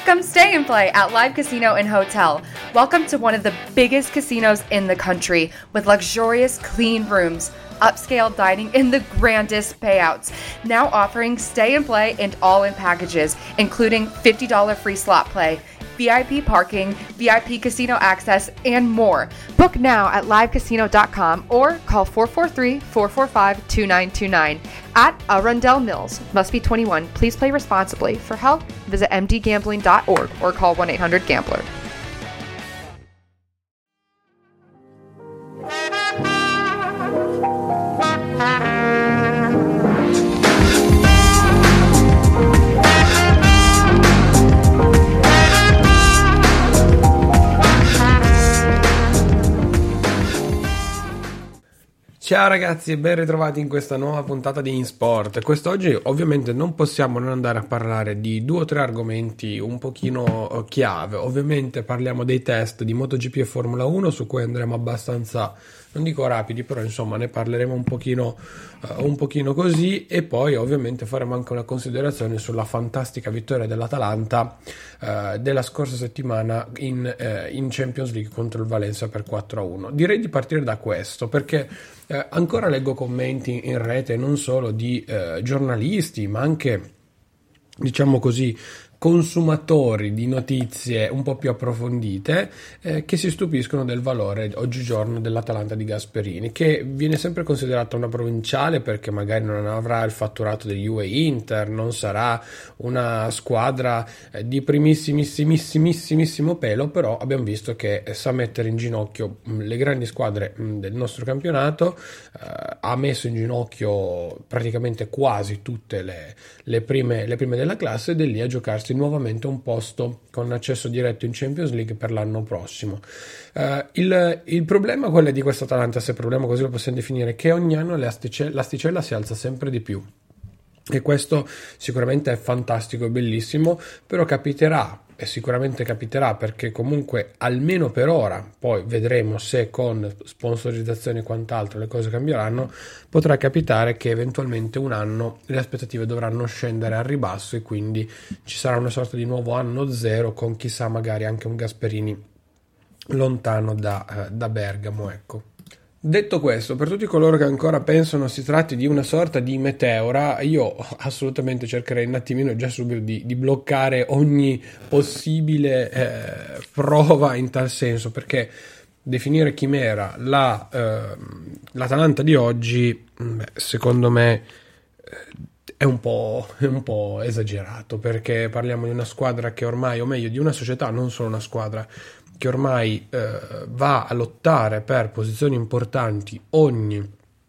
Come stay and play at Live Casino and Hotel. Welcome to one of the biggest casinos in the country with luxurious, clean rooms, upscale dining, and the grandest payouts. Now offering stay and play and all-in packages, including $50 free slot play, VIP parking, VIP casino access, and more. Book now at livecasino.com or call 443-445-2929. At Arundel Mills. Must be 21. Please play responsibly. For help, visit mdgambling.org or call 1-800-GAMBLER. Ciao ragazzi e ben ritrovati in questa nuova puntata di InSport. Quest'oggi ovviamente non possiamo non andare a parlare di 2 o 3 argomenti un pochino chiave. Ovviamente parliamo dei test di MotoGP e Formula 1 su cui andremo abbastanza, non dico rapidi, però insomma ne parleremo un pochino così, e poi ovviamente faremo anche una considerazione sulla fantastica vittoria dell'Atalanta della scorsa settimana in Champions League contro il Valencia per 4-1. Direi di partire da questo perché ancora leggo commenti in rete non solo di giornalisti ma anche, diciamo così, consumatori di notizie un po' più approfondite che si stupiscono del valore oggigiorno dell'Atalanta di Gasperini, che viene sempre considerata una provinciale perché magari non avrà il fatturato degli Juve Inter, non sarà una squadra di primissimissimo pelo, però abbiamo visto che sa mettere in ginocchio le grandi squadre del nostro campionato, ha messo in ginocchio praticamente quasi tutte le prime della classe, ed è lì a giocarsi nuovamente un posto con accesso diretto in Champions League per l'anno prossimo. Il problema, quello di questa Atalanta, se problema così lo possiamo definire, è che ogni anno l'asticella si alza sempre di più, e questo sicuramente è fantastico e bellissimo, però capiterà, e sicuramente capiterà, perché comunque almeno per ora, poi vedremo se con sponsorizzazione e quant'altro le cose cambieranno, potrà capitare che eventualmente un anno le aspettative dovranno scendere al ribasso e quindi ci sarà una sorta di nuovo anno zero con chissà magari anche un Gasperini lontano da Bergamo, ecco. Detto questo, per tutti coloro che ancora pensano si tratti di una sorta di meteora, io assolutamente cercherei un attimino già subito di bloccare ogni possibile prova in tal senso, perché definire chimera l'Atalanta di oggi, secondo me è un po' esagerato, perché parliamo di una squadra che ormai, o meglio di una società, non solo una squadra, che ormai va a lottare per posizioni importanti ogni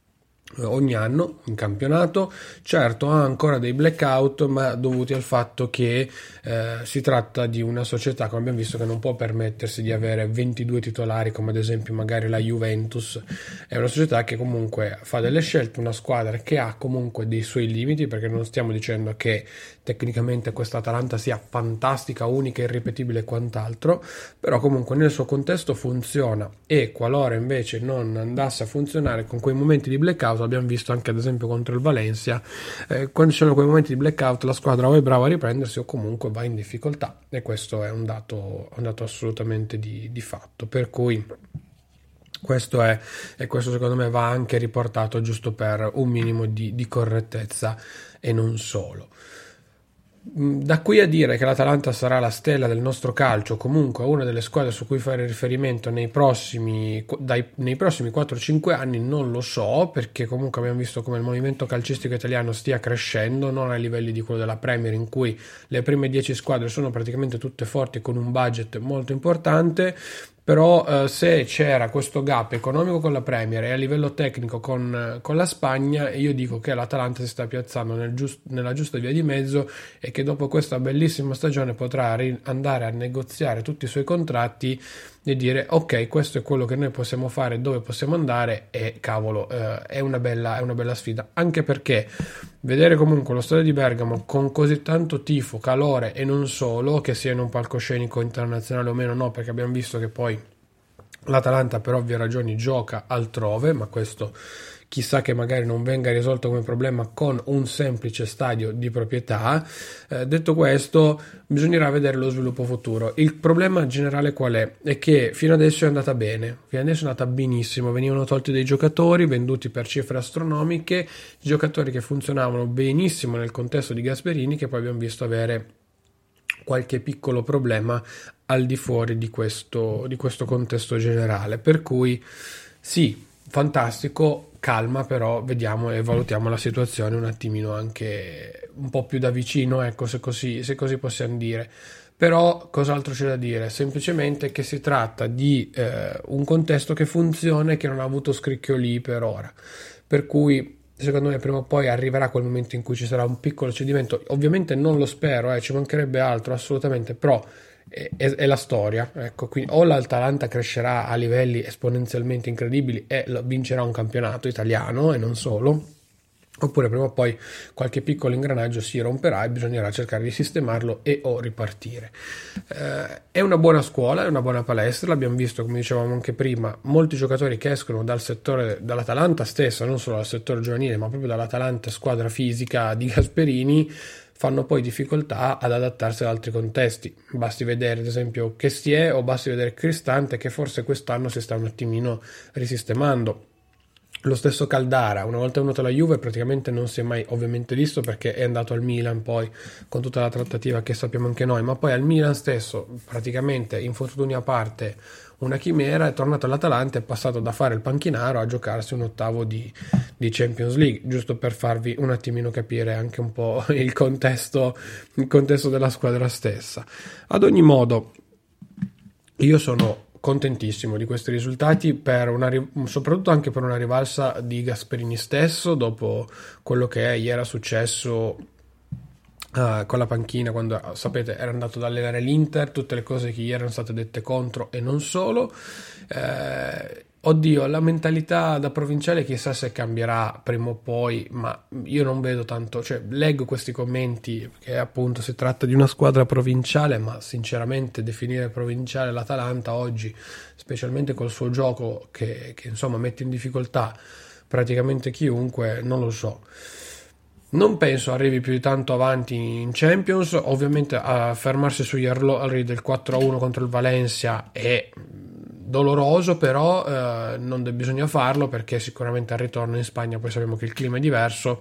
anno in campionato. Certo, ha ancora dei blackout, ma dovuti al fatto che si tratta di una società, come abbiamo visto, che non può permettersi di avere 22 titolari come ad esempio magari la Juventus. È una società che comunque fa delle scelte, una squadra che ha comunque dei suoi limiti, perché non stiamo dicendo che tecnicamente questa Atalanta sia fantastica, unica, irripetibile e quant'altro, però comunque nel suo contesto funziona, e qualora invece non andasse a funzionare con quei momenti di blackout, abbiamo visto anche ad esempio contro il Valencia, quando ci sono quei momenti di blackout la squadra o è brava a riprendersi o comunque va in difficoltà, e questo è un dato assolutamente di fatto, per cui questo è, e questo secondo me va anche riportato giusto per un minimo di correttezza e non solo. Da qui a dire che l'Atalanta sarà la stella del nostro calcio, comunque una delle squadre su cui fare riferimento nei prossimi 4-5 anni, non lo so, perché comunque abbiamo visto come il movimento calcistico italiano stia crescendo, non ai livelli di quello della Premier, in cui le prime 10 squadre sono praticamente tutte forti con un budget molto importante. Però se c'era questo gap economico con la Premier e a livello tecnico con la Spagna, io dico che l'Atalanta si sta piazzando nella giusta via di mezzo, e che dopo questa bellissima stagione potrà andare a negoziare tutti i suoi contratti e dire ok, questo è quello che noi possiamo fare, dove possiamo andare, e cavolo, è una bella sfida, anche perché vedere comunque lo stadio di Bergamo con così tanto tifo, calore e non solo, che sia in un palcoscenico internazionale o meno, no, perché abbiamo visto che poi l'Atalanta per ovvie ragioni gioca altrove, ma questo chissà che magari non venga risolto come problema con un semplice stadio di proprietà. Detto questo, bisognerà vedere lo sviluppo futuro. Il problema generale qual è? È che fino adesso è andata bene, fino adesso è andata benissimo, venivano tolti dei giocatori venduti per cifre astronomiche, giocatori che funzionavano benissimo nel contesto di Gasperini, che poi abbiamo visto avere qualche piccolo problema al di fuori di questo contesto generale, per cui sì, fantastico, calma, però vediamo e valutiamo la situazione un attimino anche un po' più da vicino, ecco, se così possiamo dire. Però cos'altro c'è da dire? Semplicemente che si tratta di un contesto che funziona e che non ha avuto scricchioli per ora, per cui secondo me prima o poi arriverà quel momento in cui ci sarà un piccolo cedimento. Ovviamente non lo spero, ci mancherebbe altro assolutamente, però è la storia, ecco. Quindi o l'Atalanta crescerà a livelli esponenzialmente incredibili e vincerà un campionato italiano e non solo, oppure prima o poi qualche piccolo ingranaggio si romperà e bisognerà cercare di sistemarlo e o ripartire. È una buona scuola, è una buona palestra, l'abbiamo visto, come dicevamo anche prima, molti giocatori che escono dal settore, dall'Atalanta stessa, non solo dal settore giovanile, ma proprio dall'Atalanta, squadra fisica di Gasperini, fanno poi difficoltà ad adattarsi ad altri contesti. Basti vedere ad esempio Kessie o basti vedere Cristante, che forse quest'anno si sta un attimino risistemando. Lo stesso Caldara, una volta venuto alla Juve, praticamente non si è mai ovviamente visto perché è andato al Milan poi con tutta la trattativa che sappiamo anche noi, ma poi al Milan stesso, praticamente infortuni a parte, una chimera, è tornato all'Atalanta, è passato da fare il panchinaro a giocarsi un ottavo di Champions League, giusto per farvi un attimino capire anche un po' il contesto della squadra stessa. Ad ogni modo, io sono contentissimo di questi risultati, soprattutto anche per una rivalsa di Gasperini stesso dopo quello che gli era successo con la panchina quando, sapete, era andato ad allenare l'Inter, tutte le cose che gli erano state dette contro e non solo. Oddio, la mentalità da provinciale chissà se cambierà prima o poi, ma io non vedo tanto, cioè leggo questi commenti che appunto si tratta di una squadra provinciale, ma sinceramente definire provinciale l'Atalanta oggi, specialmente col suo gioco che insomma mette in difficoltà praticamente chiunque, non lo so. Non penso arrivi più di tanto avanti in Champions, ovviamente a fermarsi sugli errori del 4-1 contro il Valencia è doloroso, però non bisogna farlo perché sicuramente al ritorno in Spagna poi sappiamo che il clima è diverso.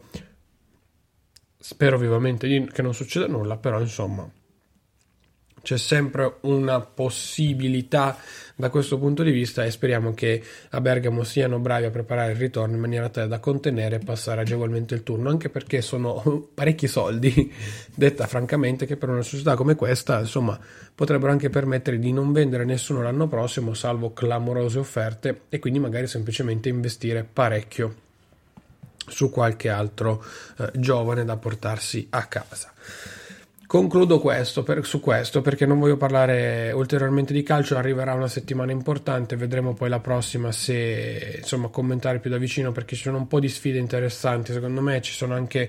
Spero vivamente che non succeda nulla, però insomma c'è sempre una possibilità da questo punto di vista e speriamo che a Bergamo siano bravi a preparare il ritorno in maniera tale da contenere e passare agevolmente il turno, anche perché sono parecchi soldi, detta francamente, che per una società come questa insomma potrebbero anche permettere di non vendere nessuno l'anno prossimo salvo clamorose offerte e quindi magari semplicemente investire parecchio su qualche altro giovane da portarsi a casa. Concludo su questo perché non voglio parlare ulteriormente di calcio, arriverà una settimana importante, vedremo poi la prossima se insomma commentare più da vicino, perché ci sono un po' di sfide interessanti, secondo me ci sono anche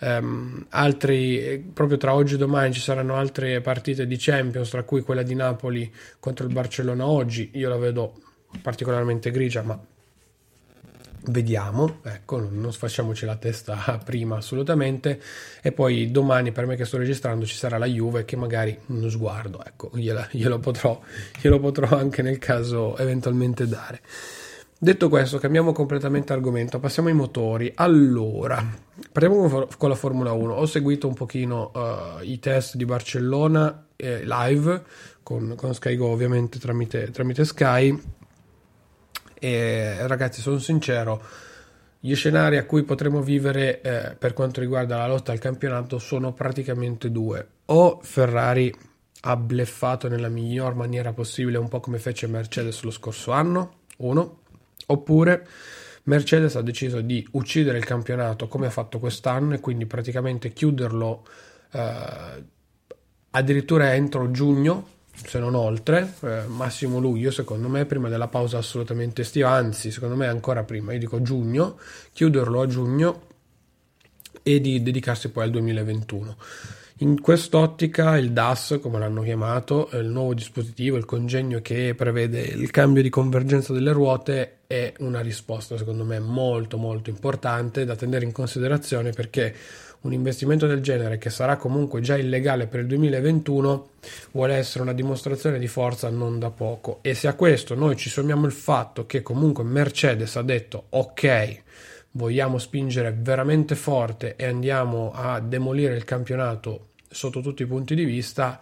altri, proprio tra oggi e domani ci saranno altre partite di Champions, tra cui quella di Napoli contro il Barcellona oggi, io la vedo particolarmente grigia, ma vediamo, ecco, non sfasciamoci la testa prima assolutamente. E poi domani, per me che sto registrando, ci sarà la Juve, che magari uno sguardo, ecco, glielo potrò anche nel caso eventualmente dare. Detto questo, cambiamo completamente argomento, passiamo ai motori. Allora, partiamo con la Formula 1. Ho seguito un pochino i test di Barcellona live con Sky Go, ovviamente tramite Sky. E ragazzi, sono sincero, gli scenari a cui potremo vivere per quanto riguarda la lotta al campionato sono praticamente due: o Ferrari ha bleffato nella miglior maniera possibile, un po' come fece Mercedes lo scorso anno, oppure Mercedes ha deciso di uccidere il campionato come ha fatto quest'anno e quindi praticamente chiuderlo addirittura entro giugno, se non oltre, massimo luglio secondo me, prima della pausa assolutamente estiva, anzi secondo me ancora prima, io dico giugno, chiuderlo a giugno e di dedicarsi poi al 2021. In quest'ottica il DAS, come l'hanno chiamato, il nuovo dispositivo, il congegno che prevede il cambio di convergenza delle ruote, è una risposta secondo me molto molto importante da tenere in considerazione, perché un investimento del genere, che sarà comunque già illegale per il 2021, vuole essere una dimostrazione di forza non da poco. E se a questo noi ci sommiamo il fatto che comunque Mercedes ha detto ok, vogliamo spingere veramente forte e andiamo a demolire il campionato sotto tutti i punti di vista,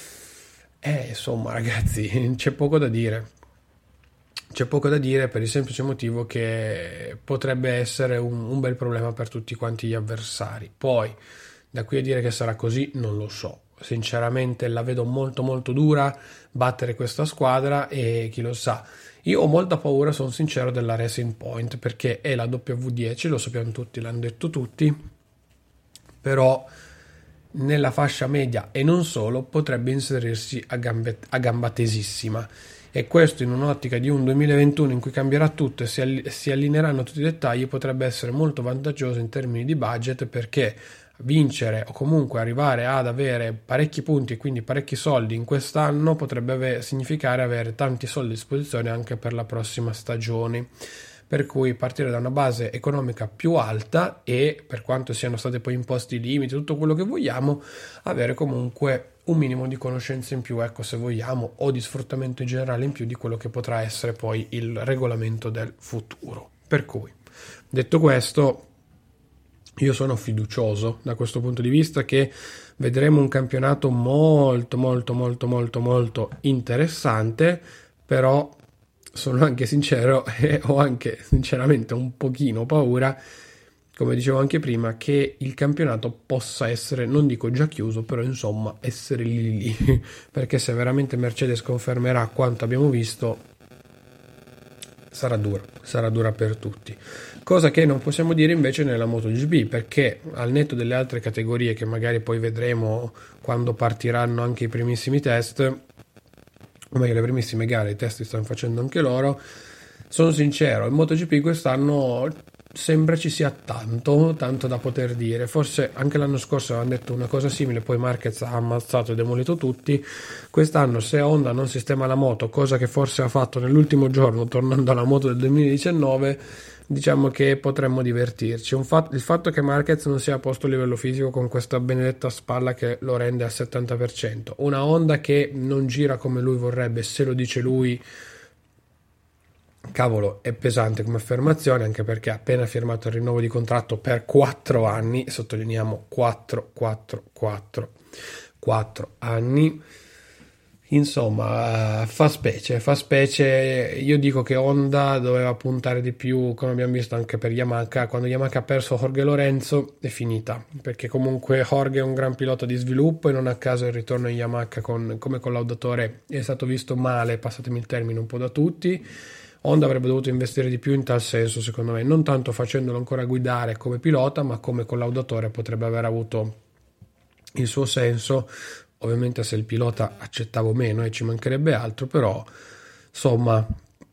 insomma ragazzi, c'è poco da dire. C'è poco da dire per il semplice motivo che potrebbe essere un bel problema per tutti quanti gli avversari. Poi, da qui a dire che sarà così, non lo so. Sinceramente la vedo molto molto dura battere questa squadra, e chi lo sa. Io ho molta paura, sono sincero, della Racing Point, perché è la W10, lo sappiamo tutti, l'hanno detto tutti, però nella fascia media e non solo potrebbe inserirsi a gamba tesissima. E questo in un'ottica di un 2021 in cui cambierà tutto e si allineeranno tutti i dettagli, potrebbe essere molto vantaggioso in termini di budget, perché vincere o comunque arrivare ad avere parecchi punti e quindi parecchi soldi in quest'anno potrebbe significare avere tanti soldi a disposizione anche per la prossima stagione, per cui partire da una base economica più alta e, per quanto siano state poi imposti i limiti, tutto quello che vogliamo, avere comunque un minimo di conoscenza in più, ecco, se vogliamo, o di sfruttamento in generale in più di quello che potrà essere poi il regolamento del futuro. Per cui, detto questo, io sono fiducioso da questo punto di vista che vedremo un campionato molto molto molto molto molto interessante, però sono anche sincero e ho anche sinceramente un pochino paura, come dicevo anche prima, che il campionato possa essere, non dico già chiuso, però insomma essere lì, perché se veramente Mercedes confermerà quanto abbiamo visto, sarà dura per tutti. Cosa che non possiamo dire invece nella MotoGP, perché al netto delle altre categorie che magari poi vedremo quando partiranno anche i primissimi test, o meglio le primissime gare, i test li stanno facendo anche loro, sono sincero, il MotoGP quest'anno sembra ci sia tanto da poter dire. Forse anche l'anno scorso avevano detto una cosa simile, poi Marquez ha ammazzato e demolito tutti. Quest'anno, se Honda non sistema la moto, cosa che forse ha fatto nell'ultimo giorno tornando alla moto del 2019, diciamo che potremmo divertirci. Il fatto che Marquez non sia a posto a livello fisico con questa benedetta spalla che lo rende al 70%, una Honda che non gira come lui vorrebbe, se lo dice lui, cavolo, è pesante come affermazione, anche perché ha appena firmato il rinnovo di contratto per 4 anni, sottolineiamo 4 anni. Insomma, fa specie. Io dico che Honda doveva puntare di più, come abbiamo visto anche per Yamaha. Quando Yamaha ha perso Jorge Lorenzo è finita, perché comunque Jorge è un gran pilota di sviluppo e non a caso il ritorno in Yamaha come collaudatore è stato visto male, passatemi il termine, un po' da tutti. Honda avrebbe dovuto investire di più in tal senso, secondo me, non tanto facendolo ancora guidare come pilota, ma come collaudatore potrebbe aver avuto il suo senso. Ovviamente se il pilota accettava o meno, ci mancherebbe altro, però insomma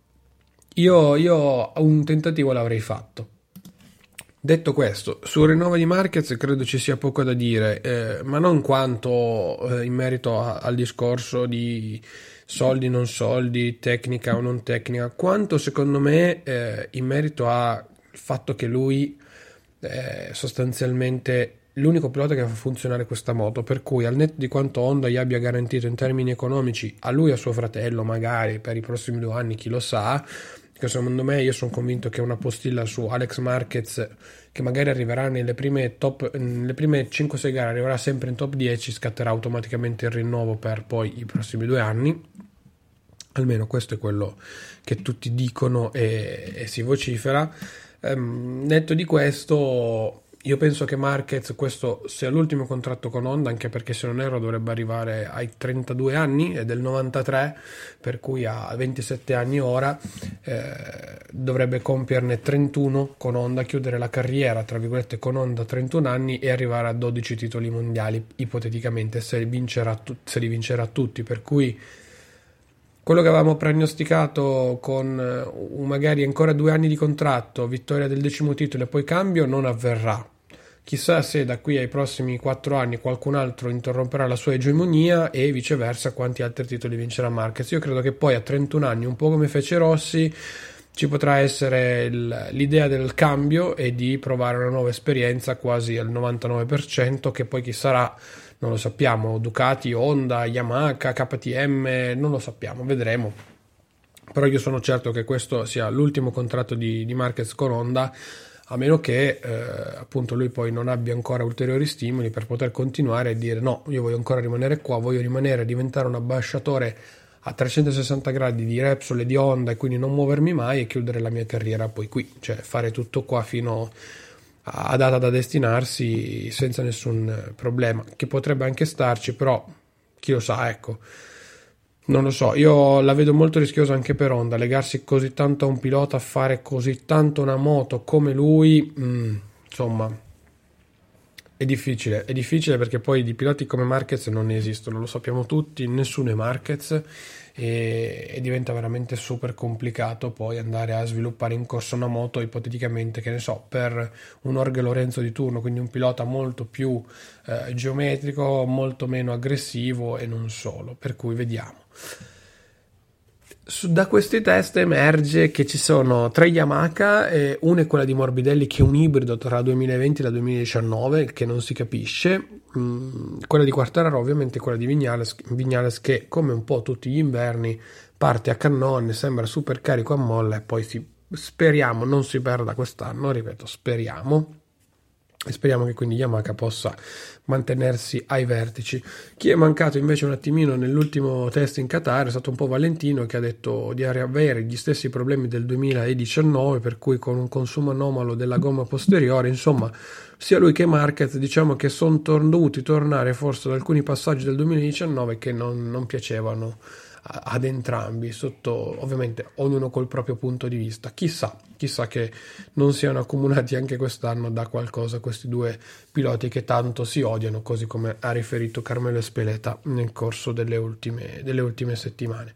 io un tentativo l'avrei fatto. Detto questo, sul rinnovo di Marquez credo ci sia poco da dire, ma non quanto in merito al discorso di soldi, non soldi, tecnica o non tecnica, quanto secondo me in merito al fatto che lui sostanzialmente l'unico pilota che fa funzionare questa moto, per cui al netto di quanto Honda gli abbia garantito in termini economici a lui e a suo fratello, magari per i prossimi 2 anni, chi lo sa, che secondo me, io sono convinto che una postilla su Alex Marquez, che magari arriverà nelle prime 5-6 gare, arriverà sempre in top 10, scatterà automaticamente il rinnovo per poi i prossimi 2 anni. Almeno questo è quello che tutti dicono e si vocifera. Netto di questo, io penso che Marquez questo sia l'ultimo contratto con Honda, anche perché se non erro dovrebbe arrivare ai 32 anni, è del 93, per cui ha 27 anni ora, dovrebbe compierne 31 con Honda, chiudere la carriera tra virgolette con Honda a 31 anni e arrivare a 12 titoli mondiali ipoteticamente, se li vincerà tutti, per cui quello che avevamo prognosticato con magari ancora 2 anni di contratto, vittoria del 10° titolo e poi cambio, non avverrà. chissà se da qui ai prossimi 4 anni qualcun altro interromperà la sua egemonia e viceversa quanti altri titoli vincerà Marquez. Io credo che poi a 31 anni, un po' come fece Rossi, ci potrà essere l'idea del cambio e di provare una nuova esperienza quasi al 99%, che poi chi sarà non lo sappiamo, Ducati, Honda, Yamaha, KTM, non lo sappiamo, vedremo. Però io sono certo che questo sia l'ultimo contratto di Marquez con Honda, a meno che appunto lui poi non abbia ancora ulteriori stimoli per poter continuare e dire no, io voglio ancora rimanere qua, voglio rimanere, diventare un ambasciatore a 360 gradi di Repsol e di Honda e quindi non muovermi mai e chiudere la mia carriera poi qui, cioè fare tutto qua fino a data da destinarsi senza nessun problema, che potrebbe anche starci, però chi lo sa, ecco, non lo so, io la vedo molto rischiosa anche per Honda, legarsi così tanto a un pilota, fare così tanto una moto come lui, insomma è difficile perché poi di piloti come Marquez non ne esistono, lo sappiamo tutti, nessuno è Marquez e diventa veramente super complicato poi andare a sviluppare in corsa una moto ipoteticamente, che ne so, per un Jorge Lorenzo di turno, quindi un pilota molto più geometrico, molto meno aggressivo e non solo, per cui vediamo. Da questi test emerge che ci sono 3 Yamaha, una è quella di Morbidelli che è un ibrido tra 2020 e 2019 che non si capisce, quella di Quartararo ovviamente è quella di Viñales che come un po' tutti gli inverni parte a cannone, sembra super carico a molla e poi speriamo non si perda quest'anno, ripeto speriamo. E speriamo che quindi Yamaha possa mantenersi ai vertici. Chi è mancato invece un attimino nell'ultimo test in Qatar è stato un po' Valentino, che ha detto di avere gli stessi problemi del 2019, per cui con un consumo anomalo della gomma posteriore, insomma sia lui che Marquez diciamo che sono dovuti tornare forse ad alcuni passaggi del 2019 che non piacevano ad entrambi, sotto ovviamente ognuno col proprio punto di vista. Chissà che non siano accomunati anche quest'anno da qualcosa questi due piloti che tanto si odiano, così come ha riferito Carmelo Espeleta nel corso delle ultime settimane.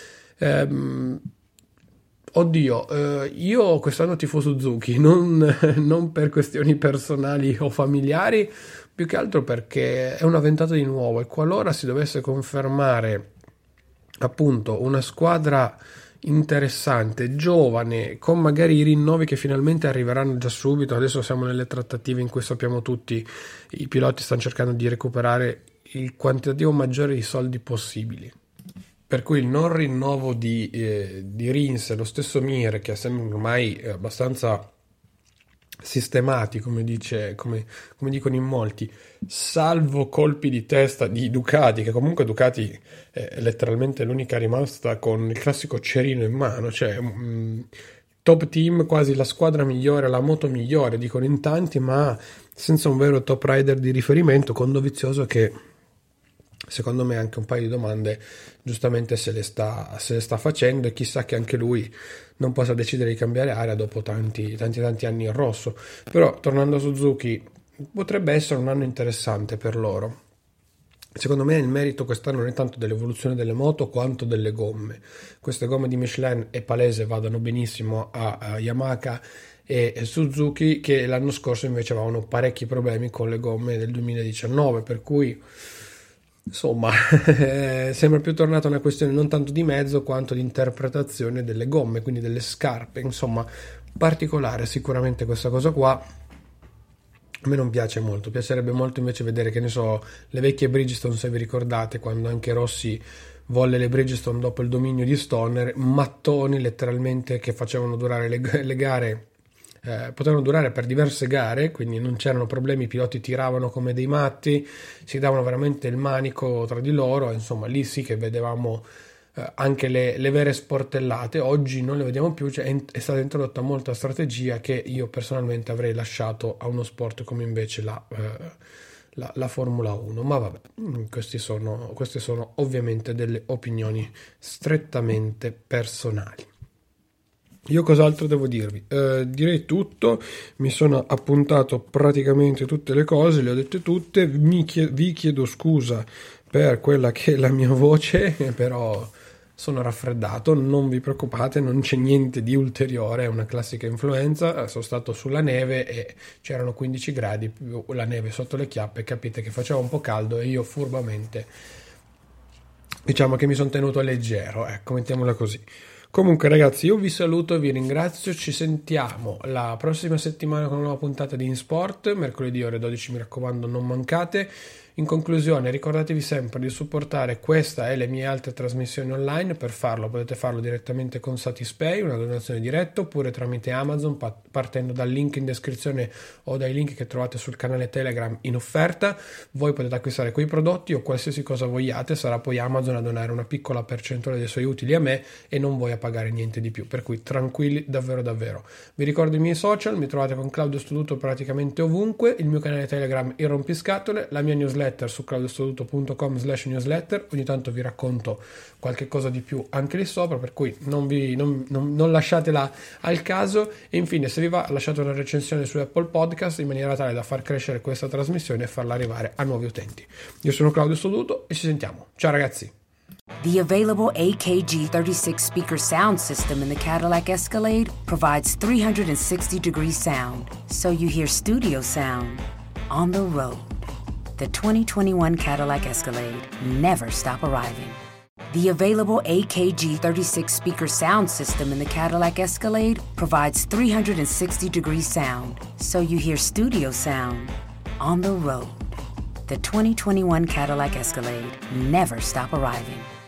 Io quest'anno tifo Suzuki, non per questioni personali o familiari, più che altro perché è una ventata di nuovo e qualora si dovesse confermare appunto una squadra interessante, giovane, con magari i rinnovi che finalmente arriveranno già subito. Adesso siamo nelle trattative in cui sappiamo tutti i piloti stanno cercando di recuperare il quantitativo maggiore di soldi possibili, per cui il non rinnovo di Rins e lo stesso Mir, che sembra ormai abbastanza sistemati, come dicono in molti, salvo colpi di testa di Ducati, che comunque Ducati è letteralmente l'unica rimasta con il classico cerino in mano, cioè top team, quasi la squadra migliore, la moto migliore, dicono in tanti, ma senza un vero top rider di riferimento, con Dovizioso che secondo me anche un paio di domande giustamente se le sta facendo, e chissà che anche lui non possa decidere di cambiare area dopo tanti anni in rosso. Però tornando a Suzuki, potrebbe essere un anno interessante per loro. Secondo me il merito quest'anno non è tanto dell'evoluzione delle moto quanto delle gomme. Queste gomme di Michelin è palese vadano benissimo a Yamaha e Suzuki, che l'anno scorso invece avevano parecchi problemi con le gomme del 2019, per cui insomma sembra più tornata una questione non tanto di mezzo quanto di interpretazione delle gomme, quindi delle scarpe. Insomma, particolare sicuramente questa cosa qua. A me non piace molto, piacerebbe molto invece vedere, che ne so, le vecchie Bridgestone, se vi ricordate, quando anche Rossi volle le Bridgestone dopo il dominio di Stoner, mattoni letteralmente che facevano durare le gare, potevano durare per diverse gare, quindi non c'erano problemi, i piloti tiravano come dei matti, si davano veramente il manico tra di loro, insomma lì sì che vedevamo anche le vere sportellate. Oggi non le vediamo più, cioè è stata introdotta molta strategia che io personalmente avrei lasciato a uno sport come invece la Formula 1, ma vabbè, queste sono ovviamente delle opinioni strettamente personali. Io cos'altro devo dirvi? Direi tutto, mi sono appuntato praticamente tutte le cose, le ho dette tutte, vi chiedo scusa per quella che è la mia voce, però sono raffreddato, non vi preoccupate, non c'è niente di ulteriore, è una classica influenza. Sono stato sulla neve e c'erano 15 gradi più la neve sotto le chiappe, capite che faceva un po' caldo e io furbamente, diciamo che mi sono tenuto leggero, ecco, mettiamola così. Comunque ragazzi, io vi saluto e vi ringrazio, ci sentiamo la prossima settimana con una nuova puntata di InSport, mercoledì ore 12, mi raccomando, non mancate. In conclusione, ricordatevi sempre di supportare questa e le mie altre trasmissioni online. Per farlo potete farlo direttamente con Satispay, una donazione diretta, oppure tramite Amazon partendo dal link in descrizione o dai link che trovate sul canale Telegram in offerta. Voi potete acquistare quei prodotti o qualsiasi cosa vogliate, sarà poi Amazon a donare una piccola percentuale dei suoi utili a me e non voi a pagare niente di più, per cui tranquilli davvero davvero. Vi ricordo i miei social, mi trovate con Claudio Stoduto praticamente ovunque, il mio canale Telegram Il Rompiscatole, la mia newsletter su claudiostoduto.com/newsletter, ogni tanto vi racconto qualche cosa di più anche lì sopra, per cui non lasciatela al caso. E infine, se vi va, lasciate una recensione su Apple Podcast in maniera tale da far crescere questa trasmissione e farla arrivare a nuovi utenti. Io sono Claudio Stoduto e ci sentiamo, ciao ragazzi. The available AKG 36 speaker sound system in the Cadillac Escalade provides 360-degree sound, so you hear studio sound on the road. The 2021 Cadillac Escalade never stop arriving. The available AKG 36 speaker sound system in the Cadillac Escalade provides 360-degree sound, so you hear studio sound on the road. The 2021 Cadillac Escalade never stop arriving.